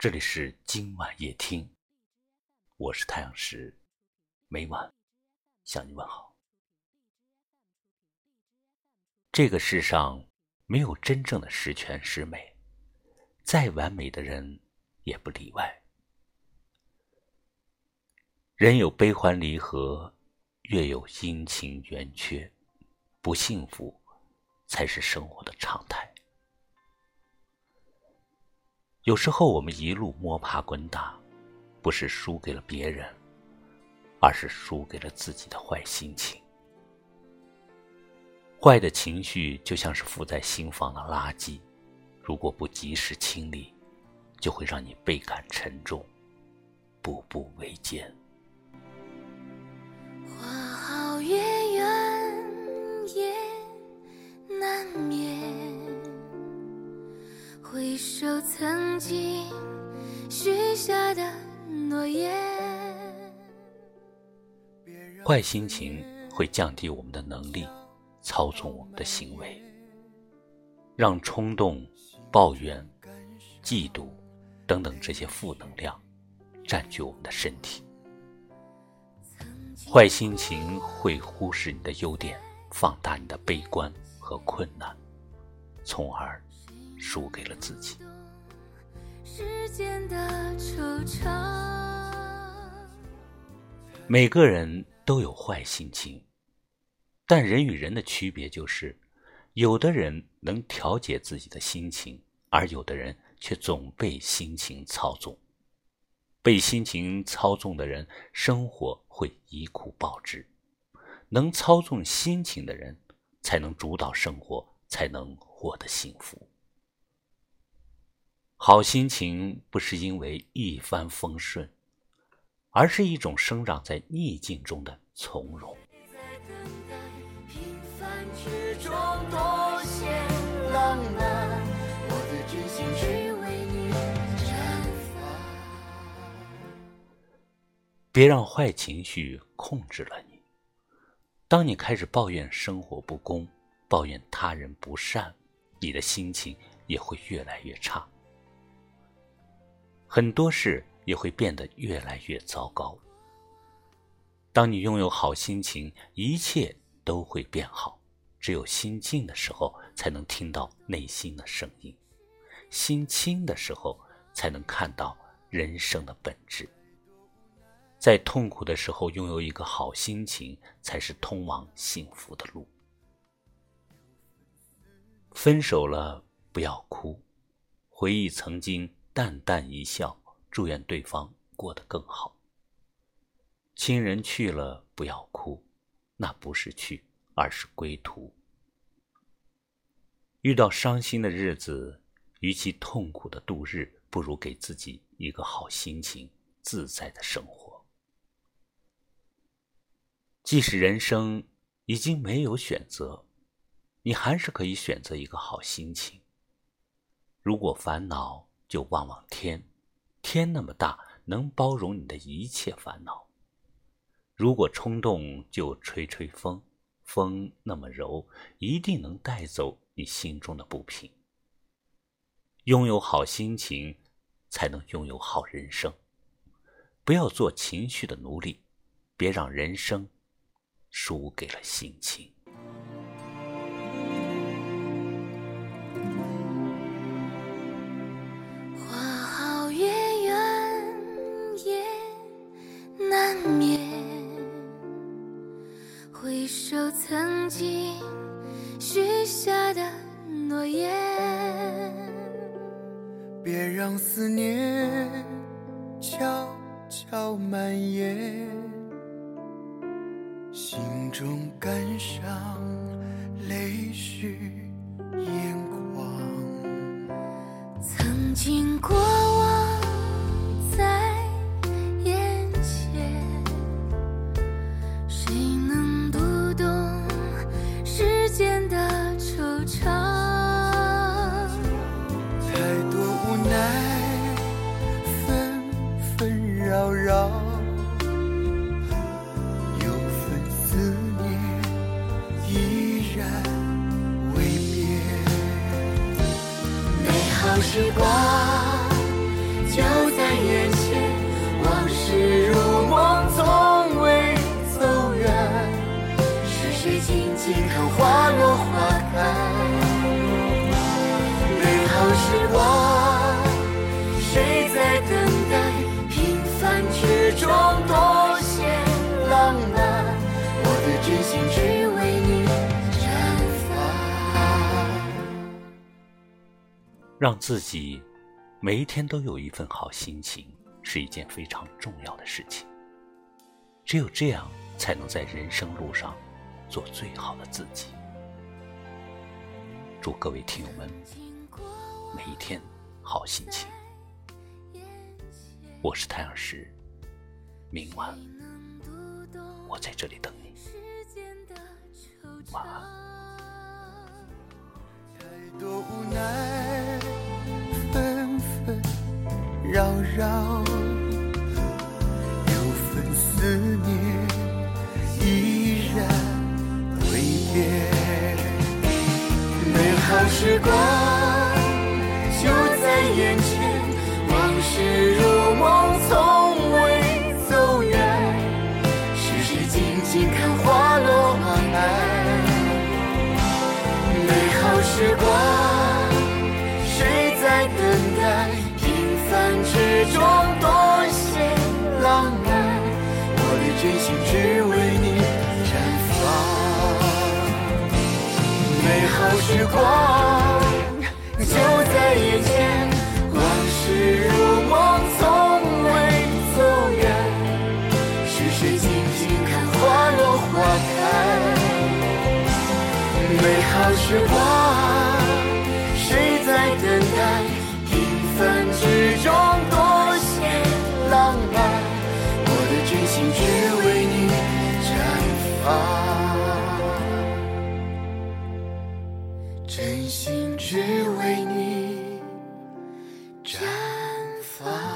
这里是今晚夜听，我是太阳石，每晚向你问好。这个世上没有真正的十全十美，再完美的人也不例外。人有悲欢离合，月有阴晴圆缺，不幸福才是生活的常态。有时候我们一路摸爬滚打，不是输给了别人，而是输给了自己的坏心情。坏的情绪就像是浮在心房的垃圾，如果不及时清理，就会让你倍感沉重，步步维艰。 花好月圆夜难眠，回首曾经许下的诺言。 坏心情会降低我们的能力，操纵我们的行为，让冲动、抱怨、嫉妒等等这些负能量占据我们的身体。坏心情会忽视你的优点，放大你的悲观和困难，从而输给了自己。 世间的惆怅， 每个人都有坏心情，但人与人的区别就是，有的人能调节自己的心情，而有的人却总被心情操纵。被心情操纵的人，生活会一哭暴之。能操纵心情的人，才能主导生活，才能获得幸福。好心情不是因为一帆风顺，而是一种生长在逆境中的从容。 平凡之中多些浪漫，我的真心只为你绽放。 别让坏情绪控制了你。当你开始抱怨生活不公，抱怨他人不善，你的心情也会越来越差，很多事也会变得越来越糟糕。当你拥有好心情，一切都会变好。只有心静的时候，才能听到内心的声音；心清的时候，才能看到人生的本质。在痛苦的时候拥有一个好心情，才是通往幸福的路。分手了不要哭，回忆曾经，淡淡一笑，祝愿对方过得更好。亲人去了不要哭，那不是去，而是归途。遇到伤心的日子，与其痛苦的度日，不如给自己一个好心情，自在的生活。即使人生已经没有选择，你还是可以选择一个好心情。如果烦恼，就望望天，天那么大，能包容你的一切烦恼。如果冲动，就吹吹风，风那么柔，一定能带走你心中的不平。拥有好心情，才能拥有好人生。不要做情绪的奴隶，别让人生输给了心情。 花好月圆夜难眠，回首曾经许下的诺言。 别让思念悄悄蔓延，心中感伤泪湿眼眶。 曾经过往在眼前，谁能读懂世间的惆怅？ 太多无奈纷纷扰扰，有份思念依然未变。 美好时光让自己每一天都有一份好心情，是一件非常重要的事情。只有这样，才能在人生路上做最好的自己。祝各位听友们每一天好心情。我是太阳石，明晚我在这里等你，晚安。 太多无奈，纷纷扰扰，有份思念依然未变。美好时光就在眼前，往事如梦，从未走远。是谁静静看花落花开？美好时光，谁在等待？平凡之中多些浪漫，我的真心只为你绽放。美好时光就在眼前，往事如梦，从未走远。是谁静静看花落花开？美好时光，谁在等待？平凡之中多些浪漫，我的真心只为你绽放，真心只为你绽放。